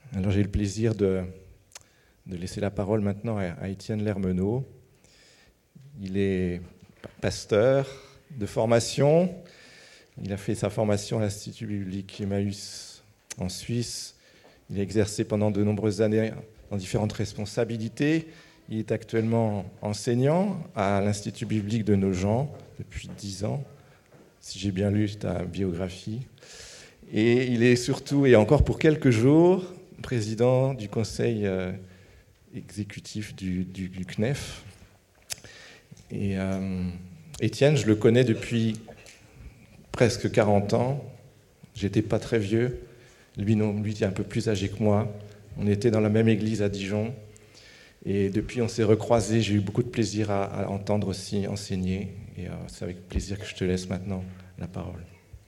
Alors j'ai le plaisir de laisser la parole maintenant à Étienne Lermenot. Il est pasteur de formation. Il a fait sa formation à l'Institut biblique Emmaüs en Suisse. Il a exercé pendant de nombreuses années dans différentes responsabilités. Il est actuellement enseignant à l'Institut biblique de Nogent depuis 10 ans, si j'ai bien lu ta biographie. Et il est surtout, et encore pour quelques jours, président du conseil exécutif du CNEF. Et Étienne, je le connais depuis presque 40 ans. J'étais pas très vieux. Lui, non, lui est un peu plus âgé que moi. On était dans la même église à Dijon. Et depuis, on s'est recroisés. J'ai eu beaucoup de plaisir à entendre aussi enseigner. Et c'est avec plaisir que je te laisse maintenant la parole.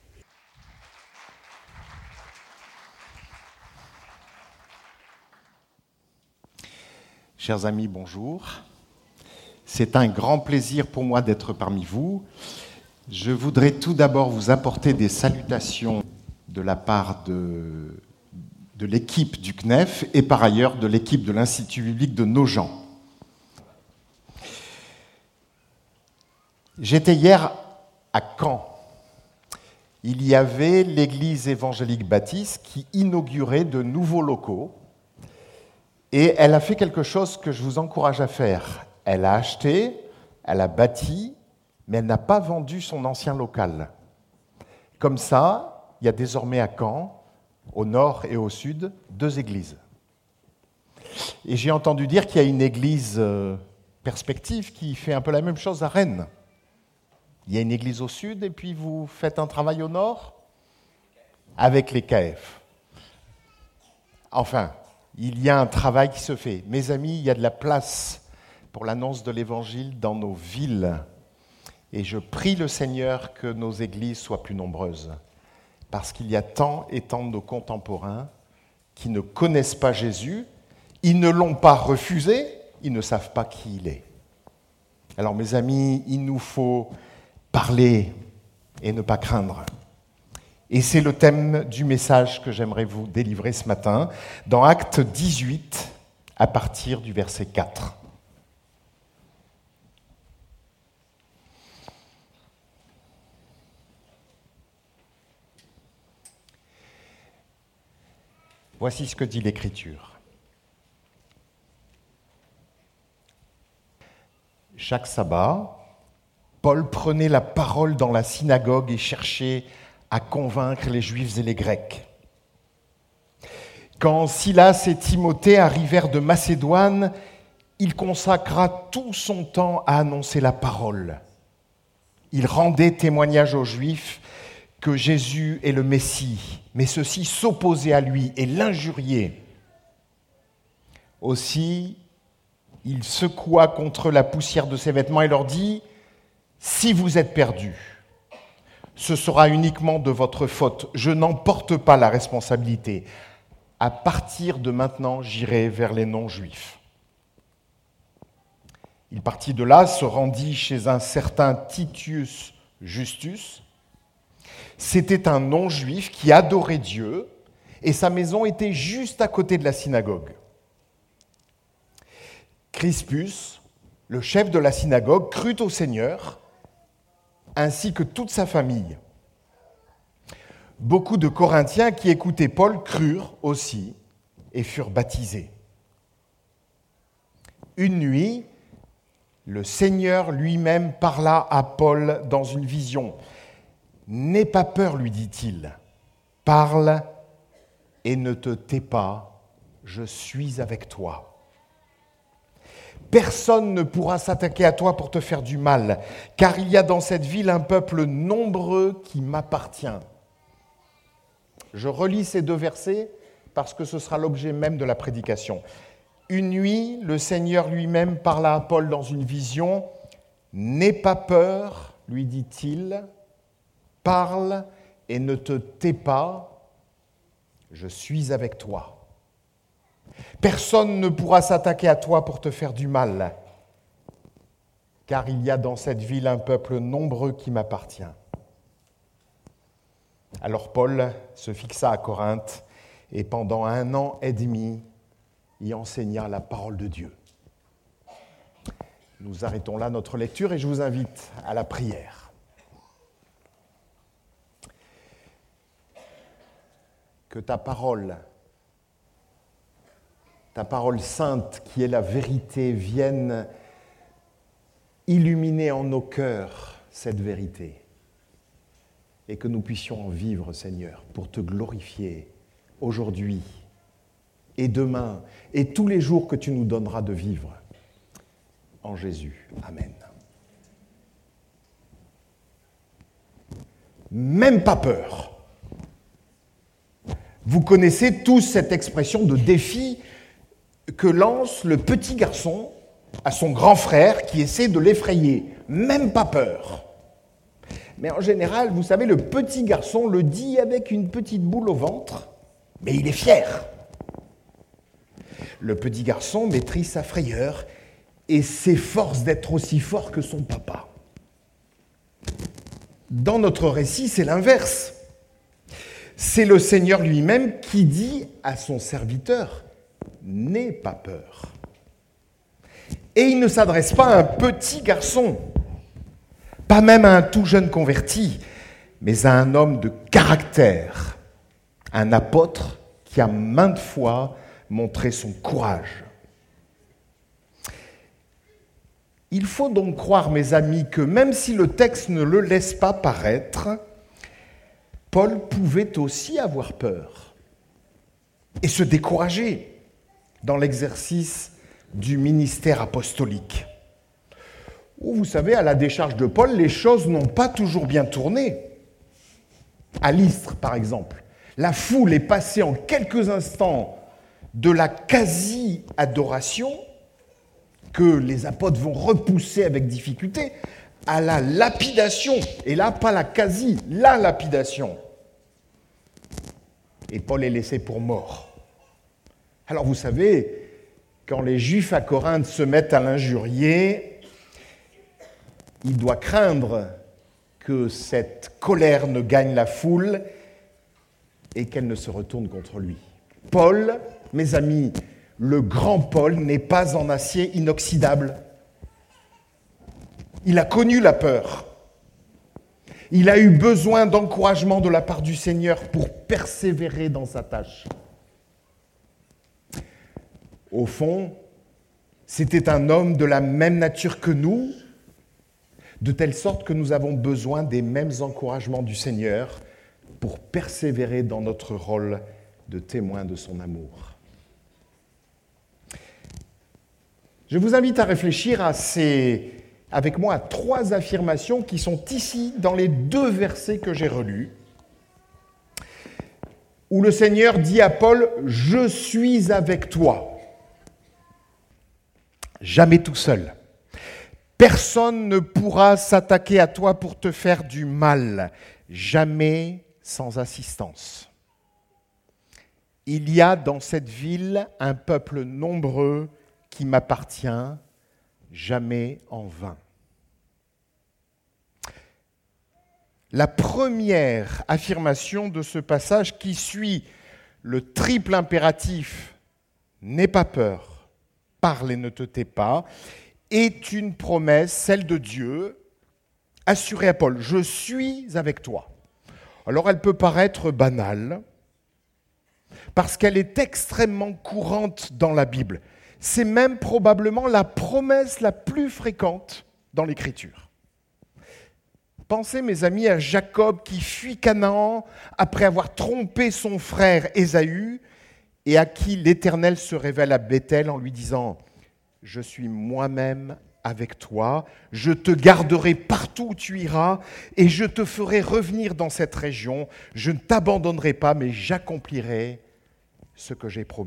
Chers amis, bonjour. C'est un grand plaisir pour moi d'être parmi vous. Je voudrais tout d'abord vous apporter des salutations de la part de l'équipe du CNEF et par ailleurs de l'équipe de l'Institut biblique de Nogent. J'étais hier à Caen. Il y avait l'église évangélique baptiste qui inaugurait de nouveaux locaux. Et elle a fait quelque chose que je vous encourage à faire. Elle a acheté, elle a bâti, mais elle n'a pas vendu son ancien local. Comme ça, il y a désormais à Caen, au nord et au sud, 2 églises. Et j'ai entendu dire qu'il y a une église perspective qui fait un peu la même chose à Rennes. Il y a une église au sud et puis vous faites un travail au nord avec les KF. Enfin, il y a un travail qui se fait. Mes amis, il y a de la place pour l'annonce de l'Évangile dans nos villes. Et je prie le Seigneur que nos églises soient plus nombreuses. Parce qu'il y a tant et tant de nos contemporains qui ne connaissent pas Jésus, ils ne l'ont pas refusé, ils ne savent pas qui il est. Alors mes amis, il nous faut parler et ne pas craindre. Et c'est le thème du message que j'aimerais vous délivrer ce matin, dans Actes 18, à partir du verset 4. Voici ce que dit l'Écriture. Chaque sabbat, Paul prenait la parole dans la synagogue et cherchait à convaincre les Juifs et les Grecs. Quand Silas et Timothée arrivèrent de Macédoine, il consacra tout son temps à annoncer la parole. Il rendait témoignage aux Juifs que Jésus est le Messie, mais ceux-ci s'opposaient à lui et l'injuriaient. Aussi, il secoua contre la poussière de ses vêtements et leur dit : « Si vous êtes perdus, ce sera uniquement de votre faute. Je n'en porte pas la responsabilité. À partir de maintenant, j'irai vers les non-juifs. » Il partit de là, se rendit chez un certain Titius Justus. C'était un non-juif qui adorait Dieu et sa maison était juste à côté de la synagogue. Crispus, le chef de la synagogue, crut au Seigneur ainsi que toute sa famille. Beaucoup de Corinthiens qui écoutaient Paul crurent aussi et furent baptisés. Une nuit, le Seigneur lui-même parla à Paul dans une vision. « N'aie pas peur, lui dit-il. Parle et ne te tais pas, je suis avec toi. Personne ne pourra s'attaquer à toi pour te faire du mal, car il y a dans cette ville un peuple nombreux qui m'appartient. » Je relis ces 2 versets parce que ce sera l'objet même de la prédication. Une nuit, le Seigneur lui-même parla à Paul dans une vision. « N'aie pas peur, lui dit-il, parle et ne te tais pas, je suis avec toi. Personne ne pourra s'attaquer à toi pour te faire du mal, car il y a dans cette ville un peuple nombreux qui m'appartient. » Alors Paul se fixa à Corinthe et pendant 1 an et demi, y enseigna la parole de Dieu. Nous arrêtons là notre lecture et je vous invite à la prière. Que ta parole sainte qui est la vérité, vienne illuminer en nos cœurs cette vérité et que nous puissions en vivre, Seigneur, pour te glorifier aujourd'hui et demain et tous les jours que tu nous donneras de vivre. En Jésus. Amen. Même pas peur. Vous connaissez tous cette expression de défi que lance le petit garçon à son grand frère qui essaie de l'effrayer. Même pas peur. Mais en général, vous savez, le petit garçon le dit avec une petite boule au ventre, mais il est fier. Le petit garçon maîtrise sa frayeur et s'efforce d'être aussi fort que son papa. Dans notre récit, c'est l'inverse. C'est le Seigneur lui-même qui dit à son serviteur « N'aie pas peur ». Et il ne s'adresse pas à un petit garçon, pas même à un tout jeune converti, mais à un homme de caractère, un apôtre qui a maintes fois montré son courage. Il faut donc croire, mes amis, que même si le texte ne le laisse pas paraître, Paul pouvait aussi avoir peur et se décourager dans l'exercice du ministère apostolique. Où, vous savez, à la décharge de Paul, les choses n'ont pas toujours bien tourné. À Lystre, par exemple, la foule est passée en quelques instants de la quasi-adoration que les apôtres vont repousser avec difficulté, à la lapidation. Et là, pas la quasi, la lapidation. Et Paul est laissé pour mort. Alors vous savez, quand les Juifs à Corinthe se mettent à l'injurier, il doit craindre que cette colère ne gagne la foule et qu'elle ne se retourne contre lui. Paul, mes amis, le grand Paul n'est pas en acier inoxydable. Il a connu la peur. Il a eu besoin d'encouragement de la part du Seigneur pour persévérer dans sa tâche. Au fond, c'était un homme de la même nature que nous, de telle sorte que nous avons besoin des mêmes encouragements du Seigneur pour persévérer dans notre rôle de témoin de son amour. Je vous invite à réfléchir avec moi à 3 affirmations qui sont ici dans les 2 versets que j'ai relus, où le Seigneur dit à Paul « Je suis avec toi ». Jamais tout seul. Personne ne pourra s'attaquer à toi pour te faire du mal, jamais sans assistance. Il y a dans cette ville un peuple nombreux qui m'appartient, jamais en vain. La première affirmation de ce passage qui suit le triple impératif « n'aie pas peur, parle et ne te tais pas » est une promesse, celle de Dieu, assurée à Paul « Je suis avec toi ». Alors elle peut paraître banale, parce qu'elle est extrêmement courante dans la Bible. C'est même probablement la promesse la plus fréquente dans l'Écriture. Pensez, mes amis, à Jacob qui fuit Canaan après avoir trompé son frère Ésaü et à qui l'Éternel se révèle à Béthel en lui disant « Je suis moi-même avec toi, je te garderai partout où tu iras et je te ferai revenir dans cette région. Je ne t'abandonnerai pas, mais j'accomplirai ce que j'ai promis. »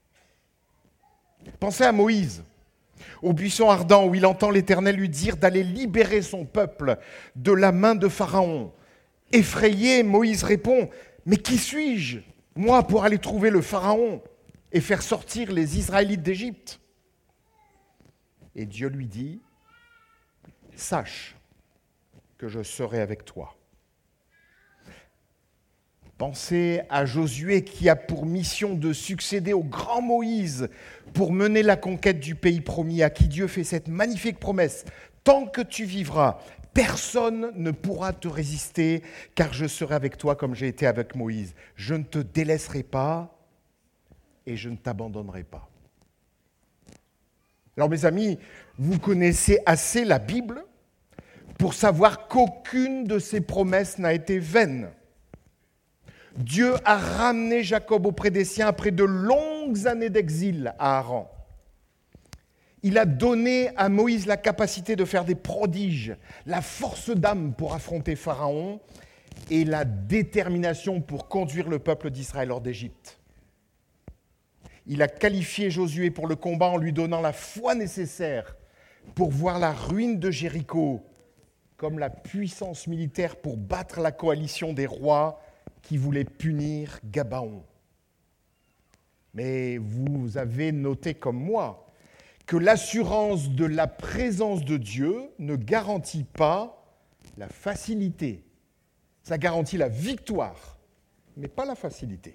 Pensez à Moïse, au buisson ardent où il entend l'Éternel lui dire d'aller libérer son peuple de la main de Pharaon. Effrayé, Moïse répond « Mais qui suis-je, moi, pour aller trouver le Pharaon et faire sortir les Israélites d'Égypte ?» Et Dieu lui dit « Sache que je serai avec toi. » Pensez à Josué qui a pour mission de succéder au grand Moïse pour mener la conquête du pays promis, à qui Dieu fait cette magnifique promesse. Tant que tu vivras, personne ne pourra te résister, car je serai avec toi comme j'ai été avec Moïse. Je ne te délaisserai pas et je ne t'abandonnerai pas. Alors mes amis, vous connaissez assez la Bible pour savoir qu'aucune de ces promesses n'a été vaine. Dieu a ramené Jacob auprès des siens après de longues années d'exil à Haran. Il a donné à Moïse la capacité de faire des prodiges, la force d'âme pour affronter Pharaon et la détermination pour conduire le peuple d'Israël hors d'Égypte. Il a qualifié Josué pour le combat en lui donnant la foi nécessaire pour voir la ruine de Jéricho comme la puissance militaire pour battre la coalition des rois qui voulaient punir Gabaon. Mais vous avez noté comme moi que l'assurance de la présence de Dieu ne garantit pas la facilité. Ça garantit la victoire, mais pas la facilité.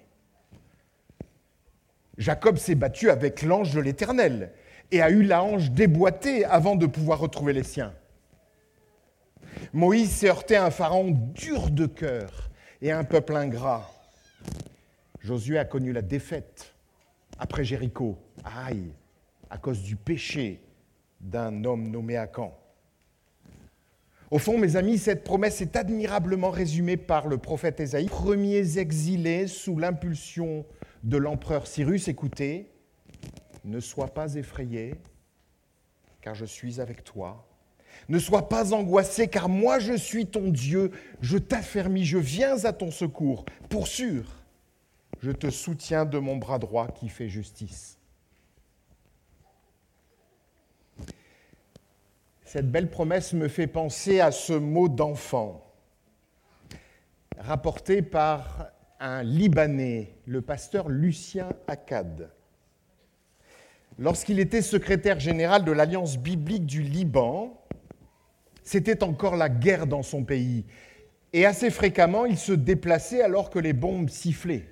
Jacob s'est battu avec l'ange de l'Éternel et a eu la hanche déboîtée avant de pouvoir retrouver les siens. Moïse s'est heurté à un pharaon dur de cœur et à un peuple ingrat. Josué a connu la défaite après Jéricho, aïe, à cause du péché d'un homme nommé Akan. Au fond, mes amis, cette promesse est admirablement résumée par le prophète Ésaïe. Premiers exilés sous l'impulsion de l'empereur Cyrus, écoutez, ne sois pas effrayé, car je suis avec toi. Ne sois pas angoissé, car moi je suis ton Dieu, je t'affermis, je viens à ton secours. Pour sûr, je te soutiens de mon bras droit qui fait justice. Cette belle promesse me fait penser à ce mot d'enfant, rapporté par un Libanais, le pasteur Lucien Akkad. Lorsqu'il était secrétaire général de l'Alliance biblique du Liban, c'était encore la guerre dans son pays. Et assez fréquemment, il se déplaçait alors que les bombes sifflaient.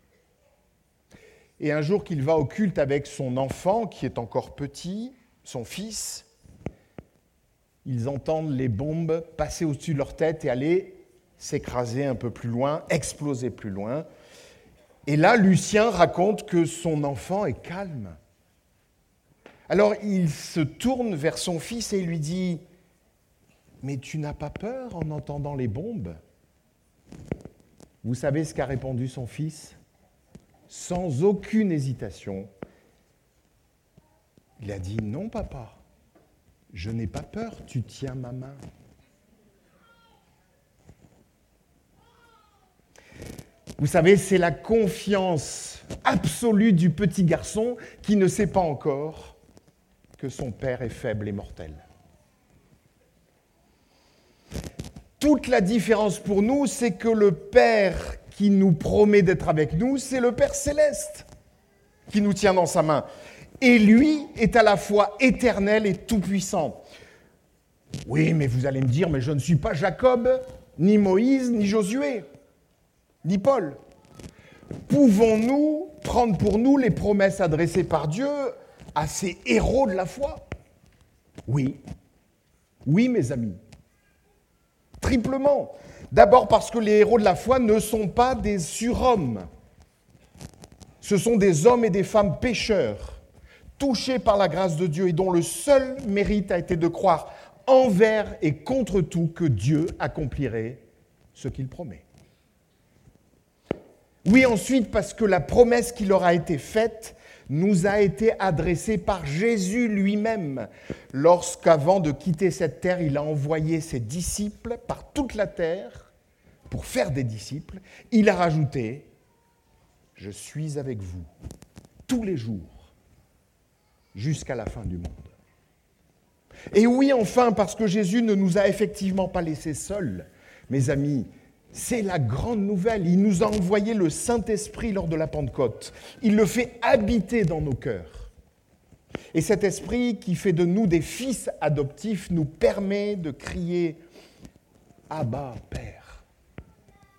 Et un jour qu'il va au culte avec son enfant, qui est encore petit, son fils, ils entendent les bombes passer au-dessus de leur tête et aller s'écraser un peu plus loin, exploser plus loin. Et là, Lucien raconte que son enfant est calme. Alors il se tourne vers son fils et il lui dit « Mais tu n'as pas peur en entendant les bombes ?» Vous savez ce qu'a répondu son fils ? Sans aucune hésitation, il a dit « Non, papa, je n'ai pas peur, tu tiens ma main. » Vous savez, c'est la confiance absolue du petit garçon qui ne sait pas encore que son père est faible et mortel. Toute la différence pour nous, c'est que le Père qui nous promet d'être avec nous, c'est le Père céleste qui nous tient dans sa main. Et lui est à la fois éternel et tout-puissant. Oui, mais vous allez me dire, mais je ne suis pas Jacob, ni Moïse, ni Josué, ni Paul. Pouvons-nous prendre pour nous les promesses adressées par Dieu à ces héros de la foi ? Oui. Oui, mes amis. Triplement. D'abord parce que les héros de la foi ne sont pas des surhommes. Ce sont des hommes et des femmes pécheurs, touchés par la grâce de Dieu et dont le seul mérite a été de croire envers et contre tout que Dieu accomplirait ce qu'il promet. Oui, ensuite, parce que la promesse qui leur a été faite nous a été adressée par Jésus lui-même, lorsqu'avant de quitter cette terre, il a envoyé ses disciples par toute la terre pour faire des disciples. Il a rajouté « Je suis avec vous tous les jours jusqu'à la fin du monde ». Et oui, enfin, parce que Jésus ne nous a effectivement pas laissés seuls, mes amis. C'est la grande nouvelle. Il nous a envoyé le Saint-Esprit lors de la Pentecôte. Il le fait habiter dans nos cœurs. Et cet esprit qui fait de nous des fils adoptifs nous permet de crier « Abba, Père ».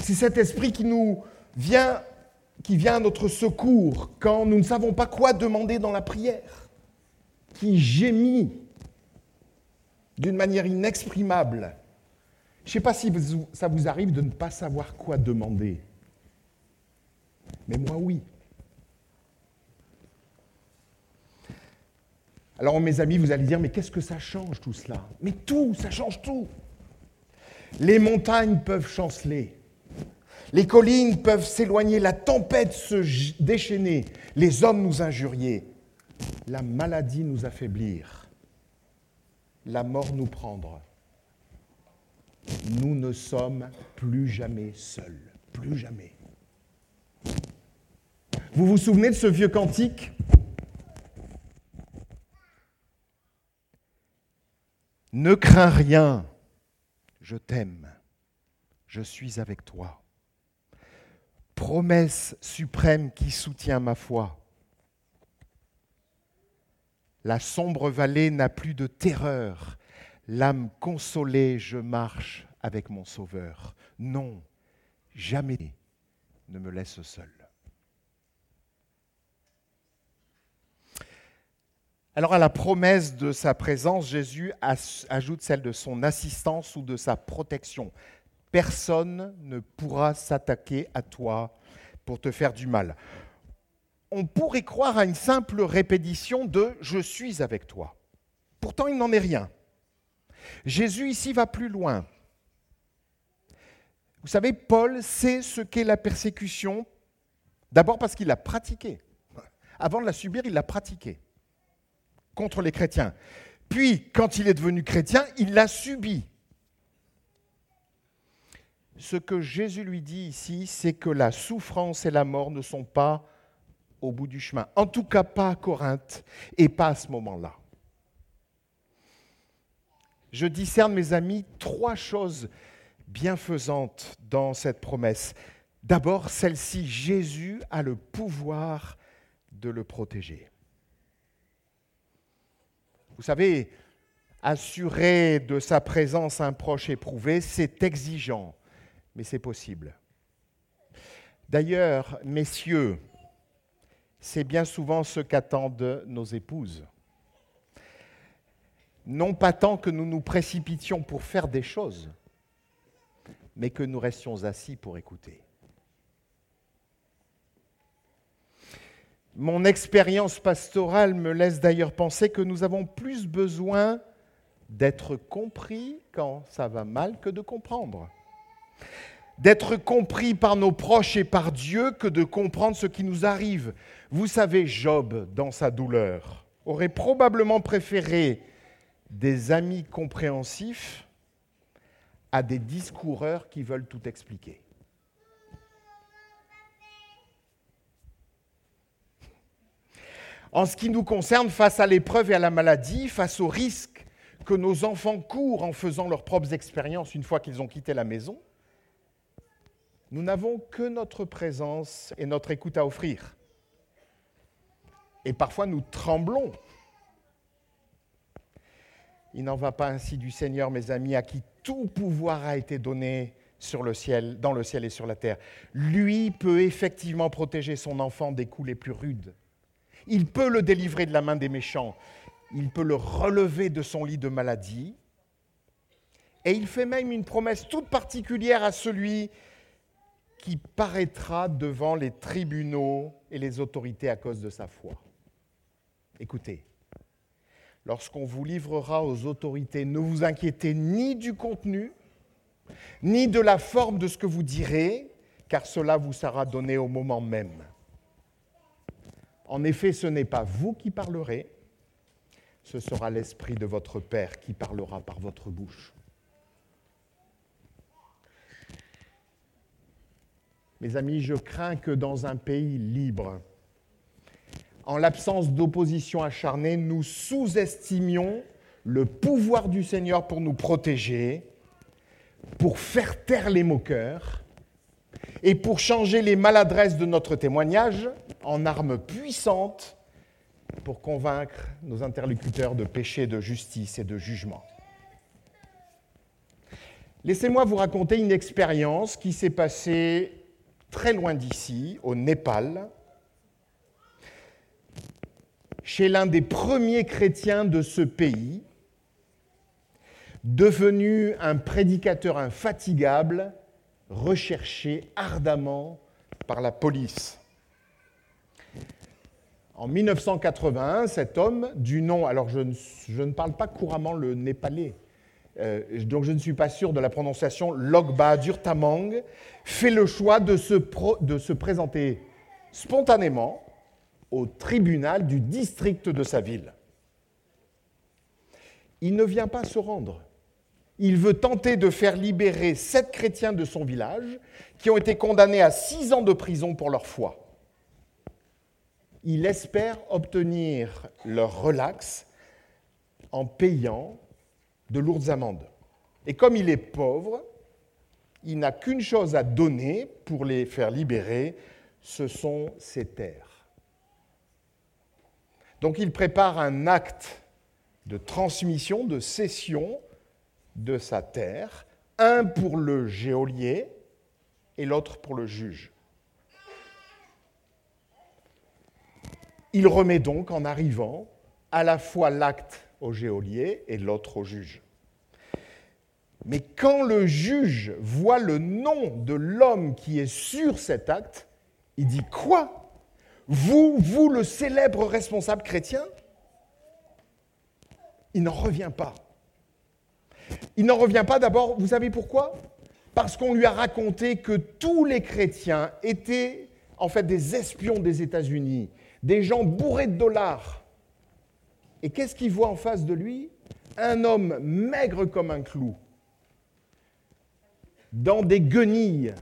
C'est cet esprit qui vient à notre secours quand nous ne savons pas quoi demander dans la prière, qui gémit d'une manière inexprimable. Je ne sais pas si ça vous arrive de ne pas savoir quoi demander. Mais moi, oui. Alors, mes amis, vous allez dire, mais qu'est-ce que ça change tout cela? Mais tout, ça change tout. Les montagnes peuvent chanceler. Les collines peuvent s'éloigner, la tempête se déchaîner, les hommes nous injurier, la maladie nous affaiblir, la mort nous prendre. Nous ne sommes plus jamais seuls, plus jamais. Vous vous souvenez de ce vieux cantique ? Ne crains rien, je t'aime, je suis avec toi. Promesse suprême qui soutient ma foi. La sombre vallée n'a plus de terreur. L'âme consolée, je marche avec mon Sauveur. Non, jamais ne me laisse seul. Alors à la promesse de sa présence, Jésus ajoute celle de son assistance ou de sa protection. Personne ne pourra s'attaquer à toi pour te faire du mal. On pourrait croire à une simple répétition de « je suis avec toi ». Pourtant, il n'en est rien. Jésus ici va plus loin. Vous savez, Paul sait ce qu'est la persécution, d'abord parce qu'il l'a pratiquée. Avant de la subir, il l'a pratiquée contre les chrétiens. Puis, quand il est devenu chrétien, il l'a subie. Ce que Jésus lui dit ici, c'est que la souffrance et la mort ne sont pas au bout du chemin. En tout cas, pas à Corinthe et pas à ce moment-là. Je discerne, mes amis, 3 choses bienfaisantes dans cette promesse. D'abord, celle-ci, Jésus a le pouvoir de le protéger. Vous savez, assurer de sa présence un proche éprouvé, c'est exigeant, mais c'est possible. D'ailleurs, messieurs, c'est bien souvent ce qu'attendent nos épouses. Non pas tant que nous nous précipitions pour faire des choses, mais que nous restions assis pour écouter. Mon expérience pastorale me laisse d'ailleurs penser que nous avons plus besoin d'être compris quand ça va mal que de comprendre. D'être compris par nos proches et par Dieu que de comprendre ce qui nous arrive. Vous savez, Job, dans sa douleur, aurait probablement préféré des amis compréhensifs à des discoureurs qui veulent tout expliquer. En ce qui nous concerne, face à l'épreuve et à la maladie, face au risque que nos enfants courent en faisant leurs propres expériences une fois qu'ils ont quitté la maison, nous n'avons que notre présence et notre écoute à offrir. Et parfois, nous tremblons. Il n'en va pas ainsi du Seigneur, mes amis, à qui tout pouvoir a été donné sur le ciel, dans le ciel et sur la terre. Lui peut effectivement protéger son enfant des coups les plus rudes. Il peut le délivrer de la main des méchants. Il peut le relever de son lit de maladie. Et il fait même une promesse toute particulière à celui qui paraîtra devant les tribunaux et les autorités à cause de sa foi. Écoutez, lorsqu'on vous livrera aux autorités, ne vous inquiétez ni du contenu, ni de la forme de ce que vous direz, car cela vous sera donné au moment même. En effet, ce n'est pas vous qui parlerez, ce sera l'Esprit de votre Père qui parlera par votre bouche. Mes amis, je crains que dans un pays libre, en l'absence d'opposition acharnée, nous sous-estimions le pouvoir du Seigneur pour nous protéger, pour faire taire les moqueurs et pour changer les maladresses de notre témoignage en armes puissantes pour convaincre nos interlocuteurs de péché, de justice et de jugement. Laissez-moi vous raconter une expérience qui s'est passée très loin d'ici, au Népal, chez l'un des premiers chrétiens de ce pays, devenu un prédicateur infatigable, recherché ardemment par la police. En 1981, cet homme, du nom, alors je ne parle pas couramment le népalais, donc je ne suis pas sûr de la prononciation, Lok Bahadur Tamang, fait le choix de se présenter spontanément au tribunal du district de sa ville. Il ne vient pas se rendre. Il veut tenter de faire libérer 7 chrétiens de son village qui ont été condamnés à 6 ans de prison pour leur foi. Il espère obtenir leur relax en payant de lourdes amendes. Et comme il est pauvre, il n'a qu'une chose à donner pour les faire libérer, ce sont ses terres. Donc il prépare un acte de transmission, de cession de sa terre, un pour le geôlier et l'autre pour le juge. Il remet donc, en arrivant, à la fois l'acte au geôlier et l'autre au juge. Mais quand le juge voit le nom de l'homme qui est sur cet acte, il dit « Quoi ? Vous le célèbre responsable chrétien ?» Il n'en revient pas. Il n'en revient pas d'abord, vous savez pourquoi ? Parce qu'on lui a raconté que tous les chrétiens étaient en fait des espions des États-Unis, des gens bourrés de dollars. Et qu'est-ce qu'il voit en face de lui ? Un homme maigre comme un clou, dans des guenilles.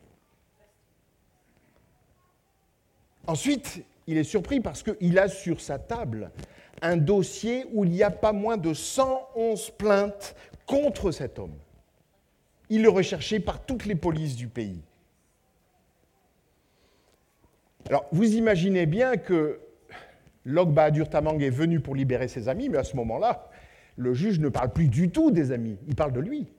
Ensuite, il est surpris parce qu'il a sur sa table un dossier où il n'y a pas moins de 111 plaintes contre cet homme. Il est recherché par toutes les polices du pays. Alors, vous imaginez bien que Lok Bahadur Tamang est venu pour libérer ses amis, mais à ce moment-là, le juge ne parle plus du tout des amis, il parle de lui.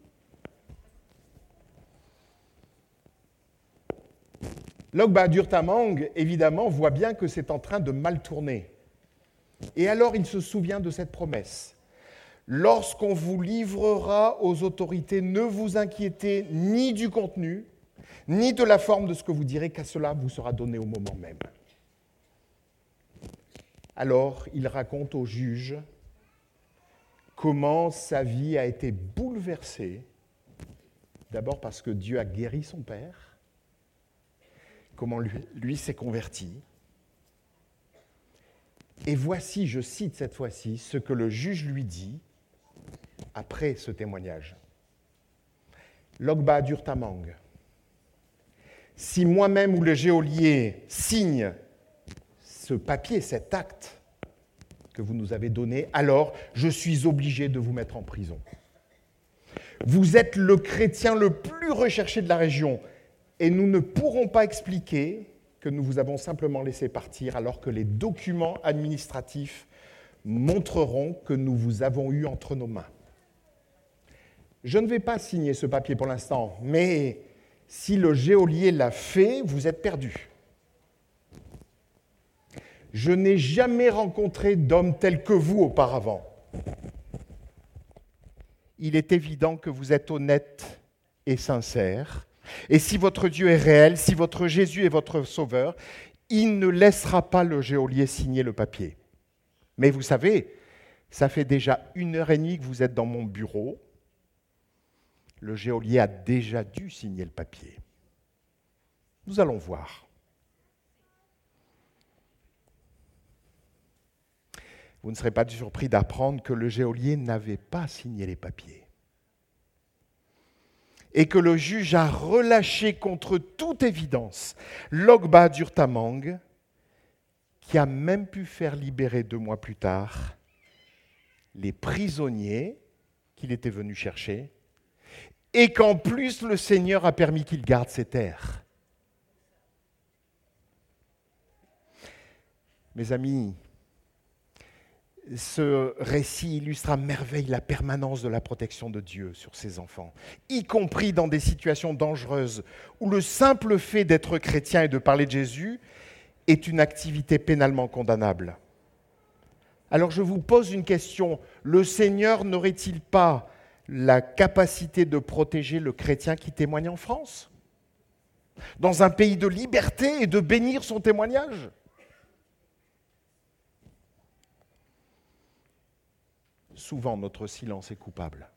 Lok Bahadur Tamang, évidemment, voit bien que c'est en train de mal tourner. Et alors, il se souvient de cette promesse. Lorsqu'on vous livrera aux autorités, ne vous inquiétez ni du contenu, ni de la forme de ce que vous direz, car cela vous sera donné au moment même. Alors, il raconte au juge comment sa vie a été bouleversée, d'abord parce que Dieu a guéri son père, comment lui s'est converti. Et voici, je cite cette fois-ci, ce que le juge lui dit après ce témoignage. Lok Bahadur Tamang, si moi-même ou le geôlier signe ce papier, cet acte que vous nous avez donné, alors je suis obligé de vous mettre en prison. Vous êtes le chrétien le plus recherché de la région et nous ne pourrons pas expliquer que nous vous avons simplement laissé partir alors que les documents administratifs montreront que nous vous avons eu entre nos mains. Je ne vais pas signer ce papier pour l'instant, mais si le geôlier l'a fait, vous êtes perdu. Je n'ai jamais rencontré d'homme tel que vous auparavant. Il est évident que vous êtes honnête et sincère. Et si votre Dieu est réel, si votre Jésus est votre sauveur, il ne laissera pas le geôlier signer le papier. Mais vous savez, ça fait déjà 1h30 que vous êtes dans mon bureau. Le geôlier a déjà dû signer le papier. Nous allons voir. Vous ne serez pas surpris d'apprendre que le geôlier n'avait pas signé les papiers. Et que le juge a relâché contre toute évidence Lok Bahadur Tamang, qui a même pu faire libérer 2 mois plus tard les prisonniers qu'il était venu chercher, et qu'en plus le Seigneur a permis qu'il garde ses terres. Mes amis, ce récit illustre à merveille la permanence de la protection de Dieu sur ses enfants, y compris dans des situations dangereuses où le simple fait d'être chrétien et de parler de Jésus est une activité pénalement condamnable. Alors je vous pose une question, le Seigneur n'aurait-il pas la capacité de protéger le chrétien qui témoigne en France, dans un pays de liberté, et de bénir son témoignage ? Souvent, notre silence est coupable.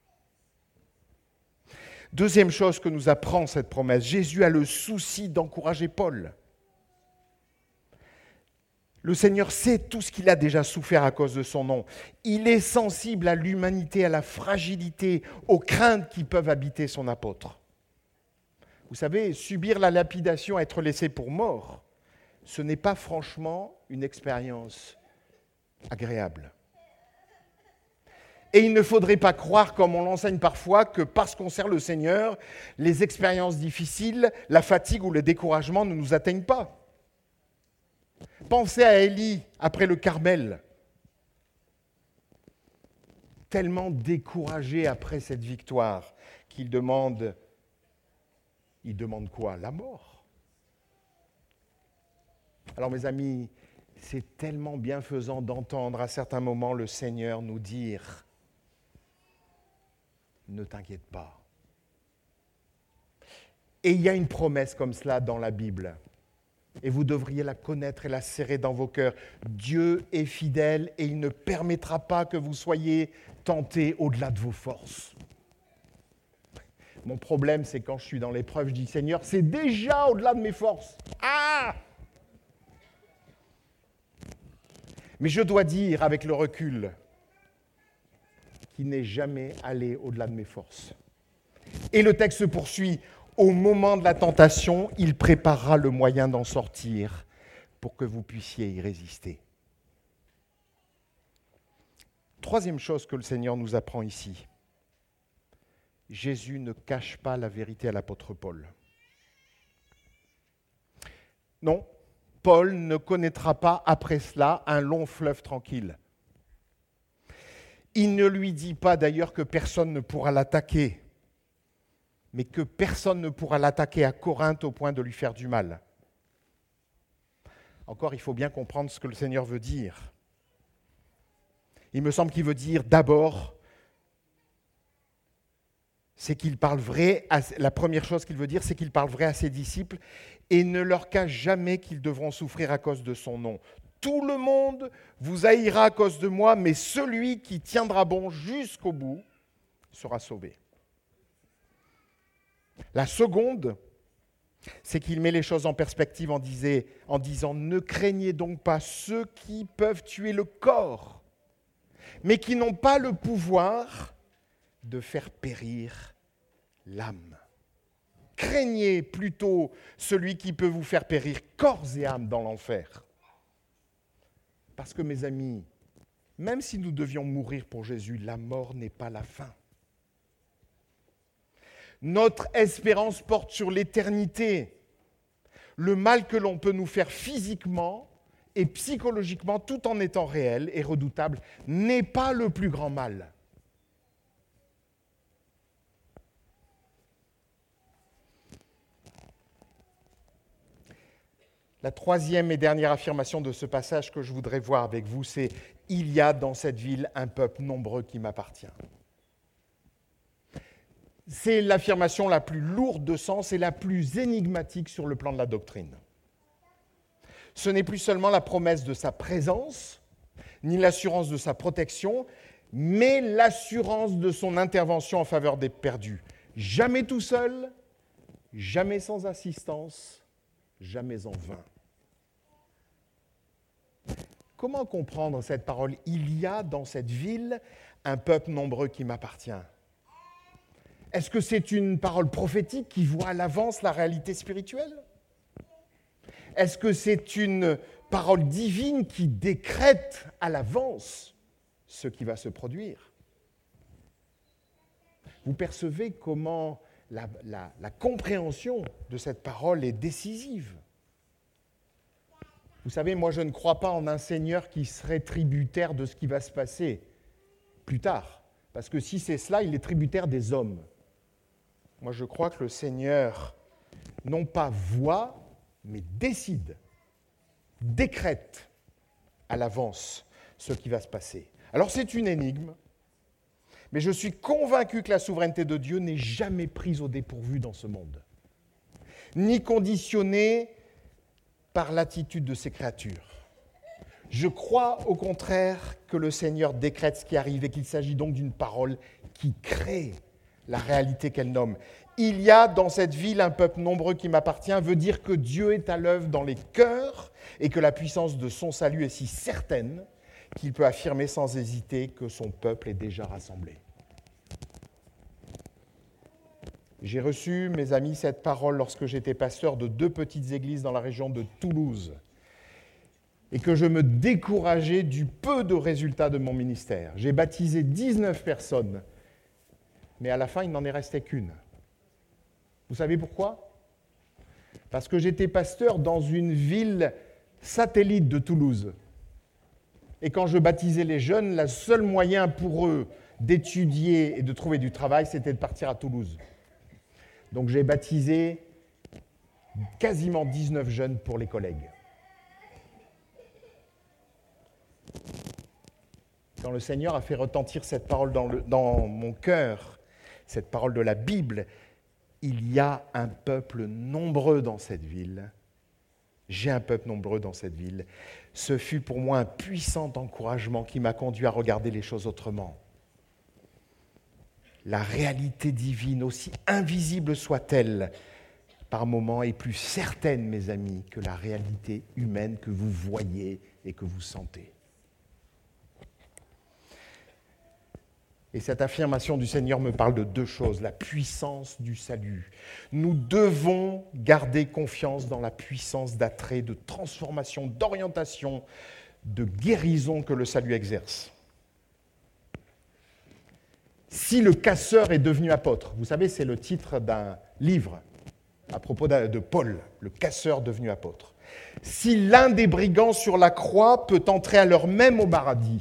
Deuxième chose que nous apprend cette promesse, Jésus a le souci d'encourager Paul. Le Seigneur sait tout ce qu'il a déjà souffert à cause de son nom. Il est sensible à l'humanité, à la fragilité, aux craintes qui peuvent habiter son apôtre. Vous savez, subir la lapidation, être laissé pour mort, ce n'est pas franchement une expérience agréable. Et il ne faudrait pas croire, comme on l'enseigne parfois, que parce qu'on sert le Seigneur, les expériences difficiles, la fatigue ou le découragement ne nous atteignent pas. Pensez à Élie après le Carmel. Tellement découragé après cette victoire qu'il demande... Il demande quoi ? La mort. Alors mes amis, c'est tellement bienfaisant d'entendre à certains moments le Seigneur nous dire « Ne t'inquiète pas ». Et il y a une promesse comme cela dans la Bible. Et vous devriez la connaître et la serrer dans vos cœurs. Dieu est fidèle et il ne permettra pas que vous soyez tentés au-delà de vos forces. Mon problème, c'est quand je suis dans l'épreuve, je dis « Seigneur, c'est déjà au-delà de mes forces. » Ah ! Mais je dois dire, avec le recul, qu'il n'est jamais allé au-delà de mes forces. Et le texte se poursuit. Au moment de la tentation, il préparera le moyen d'en sortir pour que vous puissiez y résister. Troisième chose que le Seigneur nous apprend ici. Jésus ne cache pas la vérité à l'apôtre Paul. Non, Paul ne connaîtra pas après cela un long fleuve tranquille. Il ne lui dit pas d'ailleurs que personne ne pourra l'attaquer, mais que personne ne pourra l'attaquer à Corinthe au point de lui faire du mal. Encore, il faut bien comprendre ce que le Seigneur veut dire. Il me semble qu'il veut dire d'abord, c'est qu'il parle vrai, la première chose qu'il veut dire, c'est qu'il parle vrai à ses disciples et ne leur cache jamais qu'ils devront souffrir à cause de son nom. Tout le monde vous haïra à cause de moi, mais celui qui tiendra bon jusqu'au bout sera sauvé. La seconde, c'est qu'il met les choses en perspective en disant « Ne craignez donc pas ceux qui peuvent tuer le corps, mais qui n'ont pas le pouvoir de faire périr l'âme. Craignez plutôt celui qui peut vous faire périr corps et âme dans l'enfer. » Parce que mes amis, même si nous devions mourir pour Jésus, la mort n'est pas la fin. Notre espérance porte sur l'éternité. Le mal que l'on peut nous faire physiquement et psychologiquement, tout en étant réel et redoutable, n'est pas le plus grand mal. La troisième et dernière affirmation de ce passage que je voudrais voir avec vous, c'est « Il y a dans cette ville un peuple nombreux qui m'appartient ». C'est l'affirmation la plus lourde de sens et la plus énigmatique sur le plan de la doctrine. Ce n'est plus seulement la promesse de sa présence, ni l'assurance de sa protection, mais l'assurance de son intervention en faveur des perdus. Jamais tout seul, jamais sans assistance, jamais en vain. Comment comprendre cette parole ? Il y a dans cette ville un peuple nombreux qui m'appartient. Est-ce que c'est une parole prophétique qui voit à l'avance la réalité spirituelle ? Est-ce que c'est une parole divine qui décrète à l'avance ce qui va se produire ? Vous percevez comment la compréhension de cette parole est décisive. Vous savez, moi je ne crois pas en un Seigneur qui serait tributaire de ce qui va se passer plus tard. Parce que si c'est cela, il est tributaire des hommes. Moi je crois que le Seigneur, non pas voit, mais décide, décrète à l'avance ce qui va se passer. Alors c'est une énigme, mais je suis convaincu que la souveraineté de Dieu n'est jamais prise au dépourvu dans ce monde, ni conditionnée par l'attitude de ses créatures. Je crois au contraire que le Seigneur décrète ce qui arrive et qu'il s'agit donc d'une parole qui crée la réalité qu'elle nomme. Il y a dans cette ville un peuple nombreux qui m'appartient, veut dire que Dieu est à l'œuvre dans les cœurs et que la puissance de son salut est si certaine qu'il peut affirmer sans hésiter que son peuple est déjà rassemblé. J'ai reçu, mes amis, cette parole lorsque j'étais pasteur de 2 petites églises dans la région de Toulouse et que je me décourageais du peu de résultats de mon ministère. J'ai baptisé 19 personnes, mais à la fin, il n'en est resté qu'une. Vous savez pourquoi ? Parce que j'étais pasteur dans une ville satellite de Toulouse. Et quand je baptisais les jeunes, le seul moyen pour eux d'étudier et de trouver du travail, c'était de partir à Toulouse. Donc j'ai baptisé quasiment 19 jeunes pour les collègues. Quand le Seigneur a fait retentir cette parole dans mon cœur, cette parole de la Bible, il y a un peuple nombreux dans cette ville. J'ai un peuple nombreux dans cette ville. Ce fut pour moi un puissant encouragement qui m'a conduit à regarder les choses autrement. La réalité divine, aussi invisible soit-elle, par moments est plus certaine, mes amis, que la réalité humaine que vous voyez et que vous sentez. Et cette affirmation du Seigneur me parle de 2 choses, la puissance du salut. Nous devons garder confiance dans la puissance d'attrait, de transformation, d'orientation, de guérison que le salut exerce. Si le casseur est devenu apôtre, vous savez, c'est le titre d'un livre à propos de Paul, le casseur devenu apôtre. Si l'un des brigands sur la croix peut entrer à l'heure même au paradis,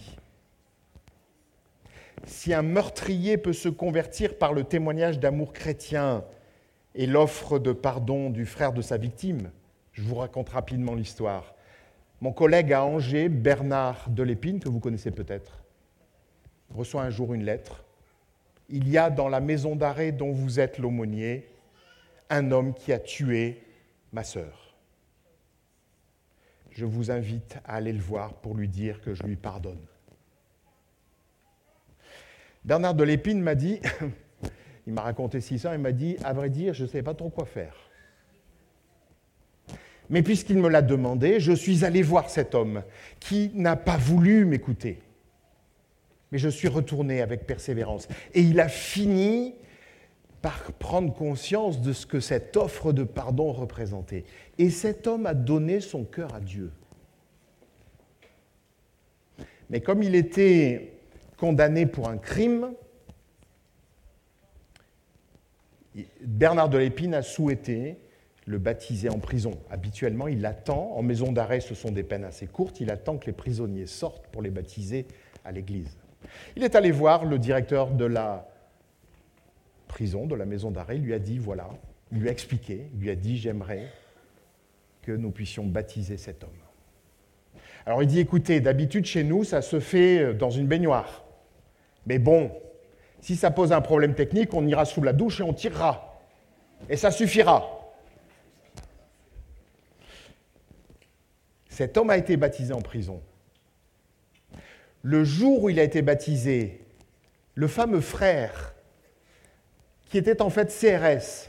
si un meurtrier peut se convertir par le témoignage d'amour chrétien et l'offre de pardon du frère de sa victime, je vous raconte rapidement l'histoire. Mon collègue à Angers, Bernard Delépine, que vous connaissez peut-être, reçoit un jour une lettre. Il y a dans la maison d'arrêt dont vous êtes l'aumônier un homme qui a tué ma sœur. Je vous invite à aller le voir pour lui dire que je lui pardonne. Bernard Delépine m'a dit, il m'a raconté 6 ans, il m'a dit, à vrai dire, je ne savais pas trop quoi faire. Mais puisqu'il me l'a demandé, je suis allé voir cet homme qui n'a pas voulu m'écouter. Mais je suis retourné avec persévérance. Et il a fini par prendre conscience de ce que cette offre de pardon représentait. Et cet homme a donné son cœur à Dieu. Mais comme il était condamné pour un crime, Bernard Delépine a souhaité le baptiser en prison. Habituellement, il attend, en maison d'arrêt, ce sont des peines assez courtes, il attend que les prisonniers sortent pour les baptiser à l'église. Il est allé voir le directeur de la prison, de la maison d'arrêt, il lui a dit, voilà, il lui a expliqué, il lui a dit, j'aimerais que nous puissions baptiser cet homme. Alors il dit, écoutez, d'habitude chez nous, ça se fait dans une baignoire. Mais bon, si ça pose un problème technique, on ira sous la douche et on tirera. Et ça suffira. Cet homme a été baptisé en prison. Le jour où il a été baptisé, le fameux frère, qui était en fait CRS,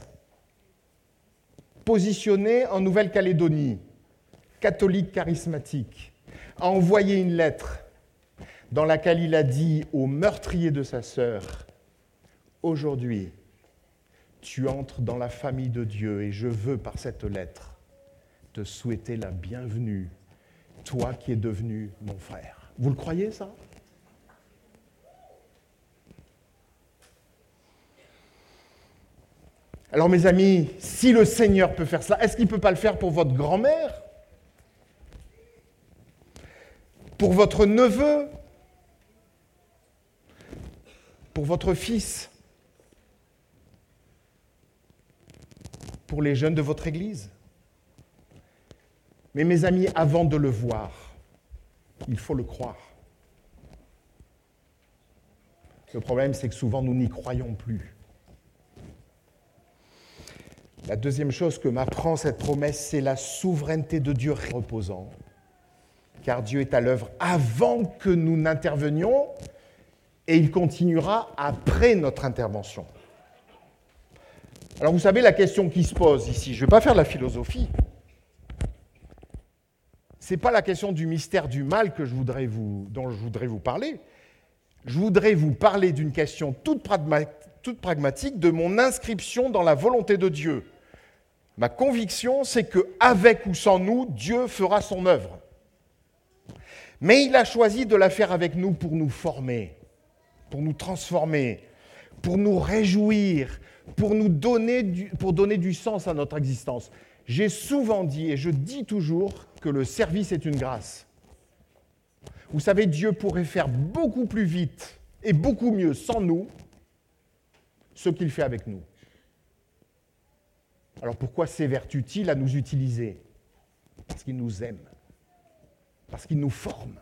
positionné en Nouvelle-Calédonie, catholique charismatique, a envoyé une lettre dans laquelle il a dit au meurtrier de sa sœur, « Aujourd'hui, tu entres dans la famille de Dieu et je veux par cette lettre te souhaiter la bienvenue, toi qui es devenu mon frère. » Vous le croyez, ça ? Alors, mes amis, si le Seigneur peut faire cela, est-ce qu'il ne peut pas le faire pour votre grand-mère ? pour votre neveu, pour votre fils, pour les jeunes de votre Église. Mais mes amis, avant de le voir, il faut le croire. Le problème, c'est que souvent, nous n'y croyons plus. La deuxième chose que m'apprend cette promesse, c'est la souveraineté de Dieu reposant. Car Dieu est à l'œuvre avant que nous n'intervenions et il continuera après notre intervention. Alors vous savez, la question qui se pose ici, je ne vais pas faire de la philosophie, ce n'est pas la question du mystère du mal dont je voudrais vous parler. Je voudrais vous parler d'une question toute pragmatique de mon inscription dans la volonté de Dieu. Ma conviction, c'est qu'avec ou sans nous, Dieu fera son œuvre. Mais il a choisi de la faire avec nous pour nous former, pour nous transformer, pour nous réjouir, pour donner du sens à notre existence. J'ai souvent dit, et je dis toujours, que le service est une grâce. Vous savez, Dieu pourrait faire beaucoup plus vite et beaucoup mieux sans nous ce qu'il fait avec nous. Alors pourquoi s'évertue-t-il à nous utiliser? Parce qu'il nous aime, parce qu'il nous forme.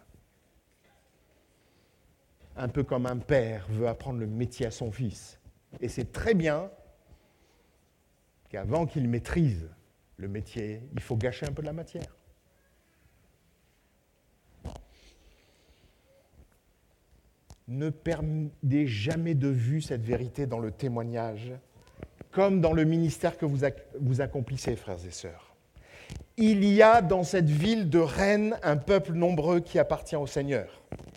Un peu comme un père veut apprendre le métier à son fils. Et c'est très bien qu'avant qu'il maîtrise le métier, il faut gâcher un peu de la matière. Ne perdez jamais de vue cette vérité dans le témoignage, comme dans le ministère que vous accomplissez, frères et sœurs. Il y a dans cette ville de Rennes un peuple nombreux qui appartient au Seigneur.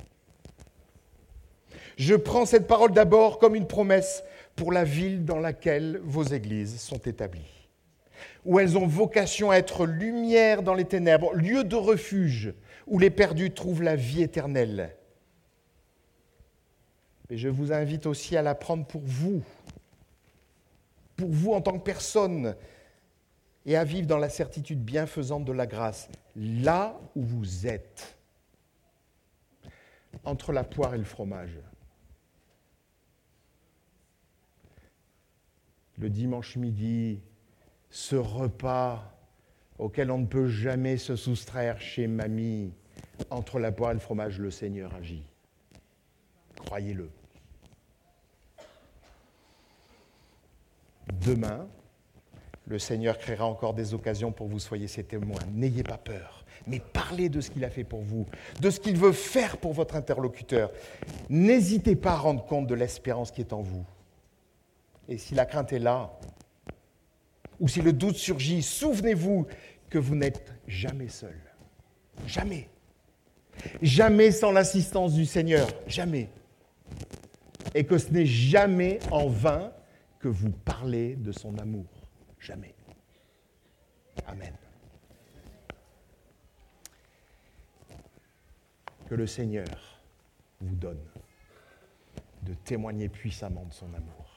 Je prends cette parole d'abord comme une promesse pour la ville dans laquelle vos églises sont établies, où elles ont vocation à être lumière dans les ténèbres, lieu de refuge où les perdus trouvent la vie éternelle. Mais je vous invite aussi à la prendre pour vous en tant que personne, et à vivre dans la certitude bienfaisante de la grâce, là où vous êtes, entre la poire et le fromage. Le dimanche midi, ce repas auquel on ne peut jamais se soustraire chez mamie, entre la poire et le fromage, le Seigneur agit. Croyez-le. Demain, le Seigneur créera encore des occasions pour que vous soyez ses témoins. N'ayez pas peur, mais parlez de ce qu'il a fait pour vous, de ce qu'il veut faire pour votre interlocuteur. N'hésitez pas à rendre compte de l'espérance qui est en vous. Et si la crainte est là, ou si le doute surgit, souvenez-vous que vous n'êtes jamais seul. Jamais. Jamais sans l'assistance du Seigneur. Jamais. Et que ce n'est jamais en vain que vous parlez de son amour. Jamais. Amen. Que le Seigneur vous donne de témoigner puissamment de son amour.